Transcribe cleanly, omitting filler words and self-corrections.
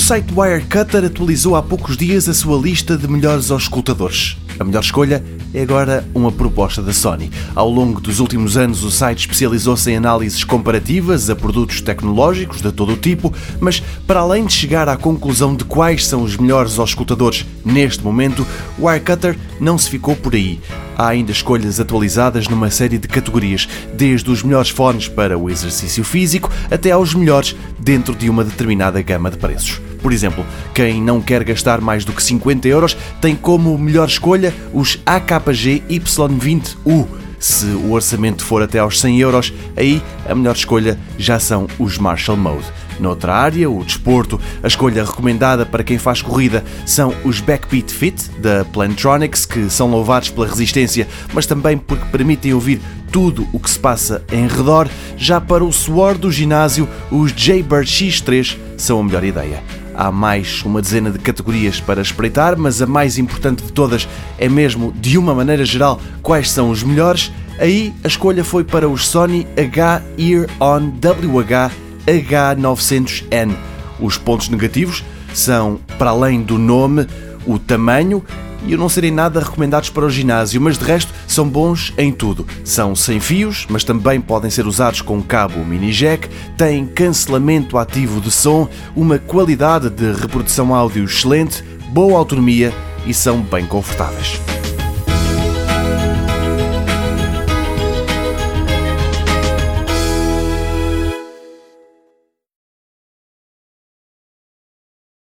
site Wirecutter atualizou há poucos dias a sua lista de melhores auscultadores. A melhor escolha é agora uma proposta da Sony. Ao longo dos últimos anos, o site especializou-se em análises comparativas a produtos tecnológicos de todo o tipo, mas para além de chegar à conclusão de quais são os melhores auscultadores neste momento, o Wirecutter não se ficou por aí. Há ainda escolhas atualizadas numa série de categorias, desde os melhores fones para o exercício físico até aos melhores dentro de uma determinada gama de preços. Por exemplo, quem não quer gastar mais do que 50€ tem como melhor escolha os AKG Y20U. Se o orçamento for até aos 100€, aí a melhor escolha já são os Marshall Mode. Noutra área, o desporto, a escolha recomendada para quem faz corrida são os Backbeat Fit da Plantronics, que são louvados pela resistência, mas também porque permitem ouvir tudo o que se passa em redor. Já para o suor do ginásio, os Jaybird X3 são a melhor ideia. Há mais uma dezena de categorias para espreitar, mas a mais importante de todas é mesmo, de uma maneira geral, quais são os melhores. Aí a escolha foi para os Sony H-Ear-On WH H900N. Os pontos negativos são, para além do nome, o tamanho e o não serem nada recomendados para o ginásio, mas de resto são bons em tudo. São sem fios, mas também podem ser usados com cabo mini jack, têm cancelamento ativo de som, uma qualidade de reprodução áudio excelente, boa autonomia e são bem confortáveis.